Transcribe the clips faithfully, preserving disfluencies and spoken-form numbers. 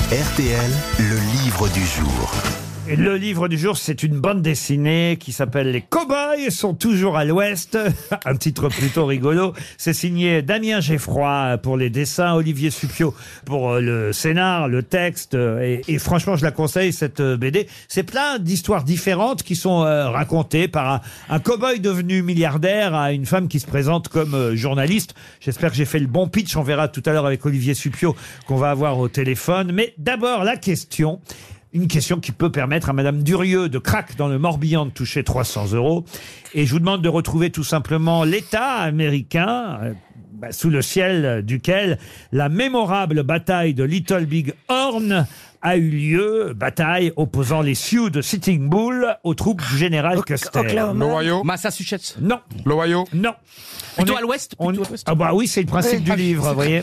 R T L, le livre du jour. Et le livre du jour, c'est une bande dessinée qui s'appelle « Les cow-boys sont toujours à l'ouest ». Un titre plutôt rigolo. C'est signé Damien Geffroy pour les dessins, Olivier Suppiot pour le scénar, le texte. Et, et franchement, je la conseille, cette B D. C'est plein d'histoires différentes qui sont euh, racontées par un, un cow-boy devenu milliardaire à une femme qui se présente comme euh, journaliste. J'espère que j'ai fait le bon pitch. On verra tout à l'heure avec Olivier Suppiot qu'on va avoir au téléphone. Mais d'abord, la question... Une question qui peut permettre à Madame Durieux de Crac dans le Morbihan de toucher trois cents euros. Et je vous demande de retrouver tout simplement l'État américain, euh, bah, sous le ciel duquel la mémorable bataille de Little Big Horn a eu lieu, bataille opposant les Sioux de Sitting Bull aux troupes du général Custer. L'Ohio, Massachusetts. Non, l'Ohio, non. Plutôt On est- à l'ouest, on- plutôt à l'ouest. Ah bah oui, c'est le principe du livre, vous voyez.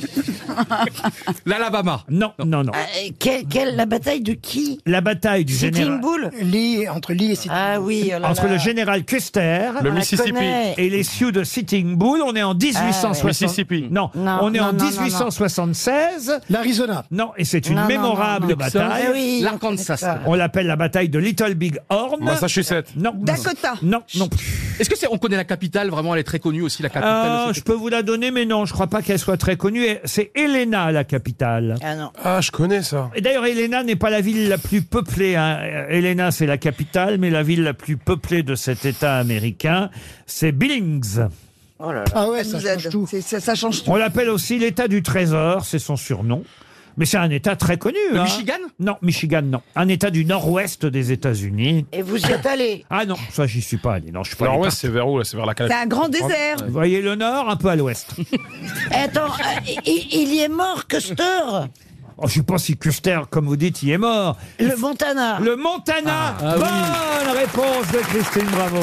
L'Alabama. Non, non, non. Euh, quelle, quelle- la bataille de qui? La bataille du Sitting général... Bull. Lee, entre Lee et Sitting Ah oui, oh là Entre là. le général Custer... le On la Mississippi, connaît. et les Sioux de Sitting Bull, on est en dix-huit cent soixante. Mississippi. Non, Non, on est non, en non, non, dix-huit cent soixante-seize. l'Arizona. Non, et c'est une Non, non, mémorable non, non. bataille. Ah oui, L'Arkansas. d'accord. On l'appelle la bataille de Little Big Horn. Massachusetts. Non. Dakota. Non, non. Est-ce que c'est, on connaît la capitale, vraiment, elle est très connue aussi, la capitale Euh, de je ce- peux vous la donner, mais non, je crois pas qu'elle soit très connue. Et c'est Helena, la capitale. Ah non. Ah, je connais ça. Et d'ailleurs, Helena n'est pas la ville la plus peuplée. Hein. Euh, Helena, c'est la capitale, mais la ville la plus peuplée de cet État américain, c'est Billings. Oh là là. Ah ouais, ça change tout. C'est- Ça, ça change tout. On l'appelle aussi l'État du Trésor, c'est son surnom. Mais c'est un État très connu. Le hein. Michigan. Non, Michigan, non. Un État du nord-ouest des États-Unis. Et vous y êtes allé? Ah non, ça, j'y suis pas allé. Non, je suis pas allé Nord-ouest, partout. c'est vers où là? C'est vers la C'est Californie. un grand désert. Vous voyez le nord, un peu à l'ouest. Attends, euh, il, il y est mort, Custer? Oh, je sais pas si Custer, comme vous dites, y est mort. Le Montana. Le Montana. Ah, Bonne réponse de Christine Bravo.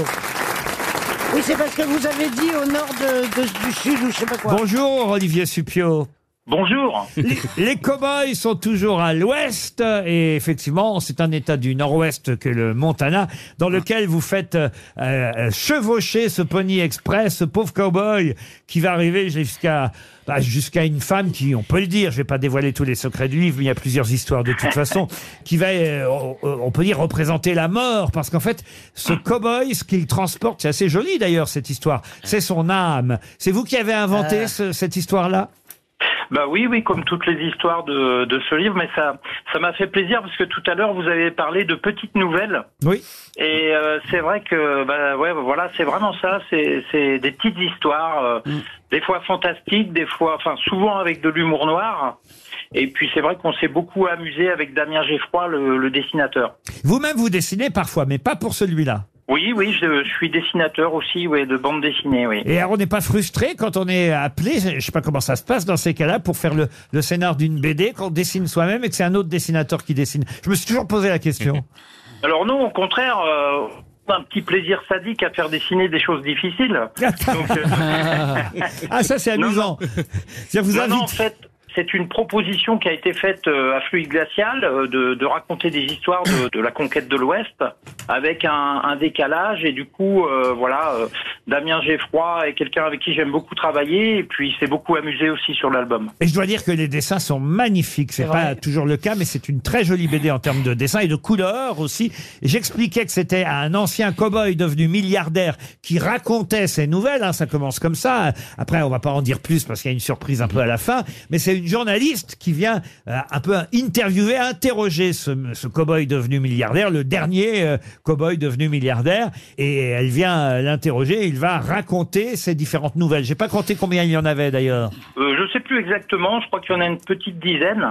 Oui, c'est parce que vous avez dit au nord de, de- du sud ou je sais pas quoi. Bonjour, Olivier Suppiot. Bonjour. Les, les cow-boys sont toujours à l'ouest et effectivement, c'est un état du nord-ouest que le Montana dans lequel vous faites euh, euh, chevaucher ce Pony Express, ce pauvre cow-boy qui va arriver jusqu'à bah, jusqu'à une femme qui, on peut le dire, je vais pas dévoiler tous les secrets du livre, mais il y a plusieurs histoires de toute façon, qui va, euh, on, on peut dire, représenter la mort parce qu'en fait, ce cow-boy, ce qu'il transporte, c'est assez joli d'ailleurs cette histoire, c'est son âme. C'est vous qui avez inventé ce- cette histoire-là? Bah oui, oui, comme toutes les histoires de, de ce livre, mais ça, ça m'a fait plaisir parce que tout à l'heure vous avez parlé de petites nouvelles. Oui. Et euh, c'est vrai que, bah ouais, voilà, c'est vraiment ça. C'est, c'est des petites histoires, euh, des fois fantastiques, des fois, enfin, souvent avec de l'humour noir. Et puis c'est vrai qu'on s'est beaucoup amusé avec Damien Geffroy, le, le dessinateur. Vous-même, vous dessinez parfois, mais pas pour celui-là. Oui, oui, je, je suis dessinateur aussi, oui, de bande dessinée, oui. Et alors, on n'est pas frustré quand on est appelé, je sais pas comment ça se passe dans ces cas-là, pour faire le, le scénar d'une B D, qu'on dessine soi-même et que c'est un autre dessinateur qui dessine. Je me suis toujours posé la question. Alors non, au contraire, euh, un petit plaisir sadique à faire dessiner des choses difficiles. Donc, euh, Ah, ça, c'est Non, amusant. Ça vous non, non, en invite. fait, c'est une proposition qui a été faite euh, à Fluide Glacial euh, de, de raconter des histoires de, de la conquête de l'Ouest avec un, un décalage et du coup, euh, voilà, euh, Damien Geffroy est quelqu'un avec qui j'aime beaucoup travailler et puis il s'est beaucoup amusé aussi sur l'album. Et je dois dire que les dessins sont magnifiques. C'est pas toujours le cas, mais c'est une très jolie B D en termes de dessin et de couleurs aussi. Et j'expliquais que c'était un ancien cow-boy devenu milliardaire qui racontait ses nouvelles. Hein, ça commence comme ça. Après, on va pas en dire plus parce qu'il y a une surprise un peu à la fin. Mais c'est une journaliste qui vient euh, un peu interviewer, interroger ce, ce cow-boy devenu milliardaire, le dernier euh, cow-boy devenu milliardaire. Et elle vient euh, l'interroger. Il va raconter ses différentes nouvelles. J'ai pas compté combien il y en avait d'ailleurs. Euh, je sais plus exactement, je crois qu'il y en a une petite dizaine.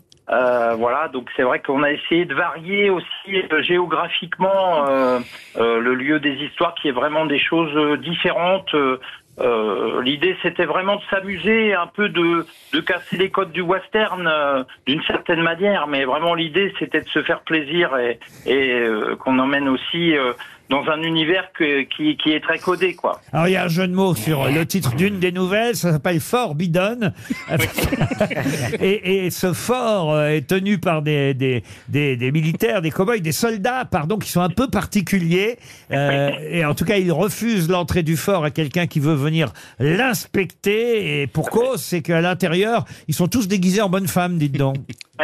Euh, voilà, donc c'est vrai qu'on a essayé de varier aussi euh, géographiquement euh, euh, le lieu des histoires, qui est vraiment des choses euh, différentes. Euh, euh, l'idée, c'était vraiment de s'amuser, un peu de, de casser les codes du western euh, d'une certaine manière, mais vraiment l'idée, c'était de se faire plaisir et, et euh, qu'on emmène aussi euh, dans un univers que, qui, qui est très codé, quoi. Alors, il y a un jeu de mots sur le titre d'une des nouvelles, ça s'appelle Fort Bidon. et, et ce fort est tenu par des, des, des, des militaires, des cow-boys, des soldats, pardon, qui sont un peu particuliers. Euh, et en tout cas, ils refusent l'entrée du fort à quelqu'un qui veut venir l'inspecter. Et pour cause, c'est qu'à l'intérieur, ils sont tous déguisés en bonnes femmes, dites donc.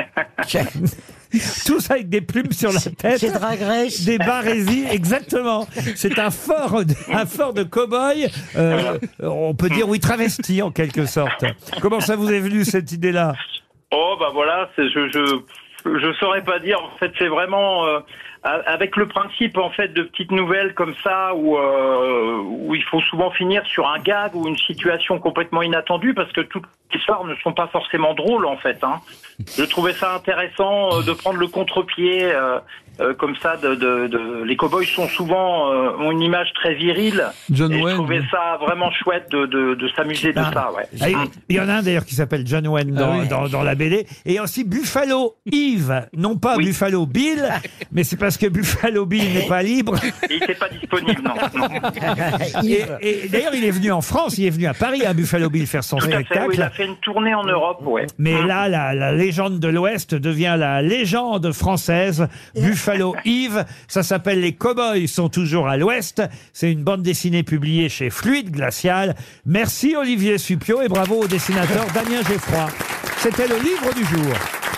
Tous avec des plumes sur la tête. C'est Drag Race. Des barésies, exactement. C'est un fort, un fort de cow-boy, euh, on peut dire oui, travesti en quelque sorte. Comment ça vous est venu cette idée-là? Oh bah voilà, c'est, je je je saurais pas dire. En fait, c'est vraiment euh, avec le principe en fait de petites nouvelles comme ça où euh, où il faut souvent finir sur un gag ou une situation complètement inattendue parce que toutes les histoires ne sont pas forcément drôles en fait. Hein. Je trouvais ça intéressant euh, de prendre le contre-pied. Euh, Euh, comme ça, de, de, de... les cow-boys sont souvent euh, ont une image très virile. John et Wayne. je trouvais ça vraiment chouette de, de, de s'amuser de Ah. ça. Ouais. Ah, il- Il y en a un d'ailleurs qui s'appelle John Wayne dans, Ah oui. dans, dans la B D. Et il y a aussi Buffalo Yves, non pas Oui. Buffalo Bill, mais c'est parce que Buffalo Bill n'est pas libre. Et il n'était pas disponible, non. non. Et, et d'ailleurs, il est venu en France, il est venu à Paris à Buffalo Bill faire son Tout à fait. spectacle. Oui, il a fait une tournée en Europe, ouais. Mais là, la, la légende de l'Ouest devient la légende française. Buffalo Yves, ça s'appelle Les Cowboys sont toujours à l'Ouest. C'est une bande dessinée publiée chez Fluide Glacial. Merci Olivier Suppiot et bravo au dessinateur Damien Geffroy. C'était le livre du jour.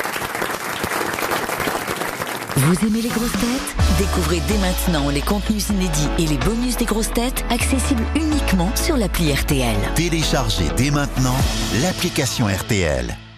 Vous aimez les grosses têtes? Découvrez dès maintenant les contenus inédits et les bonus des grosses têtes accessibles uniquement sur l'appli R T L. Téléchargez dès maintenant l'application R T L.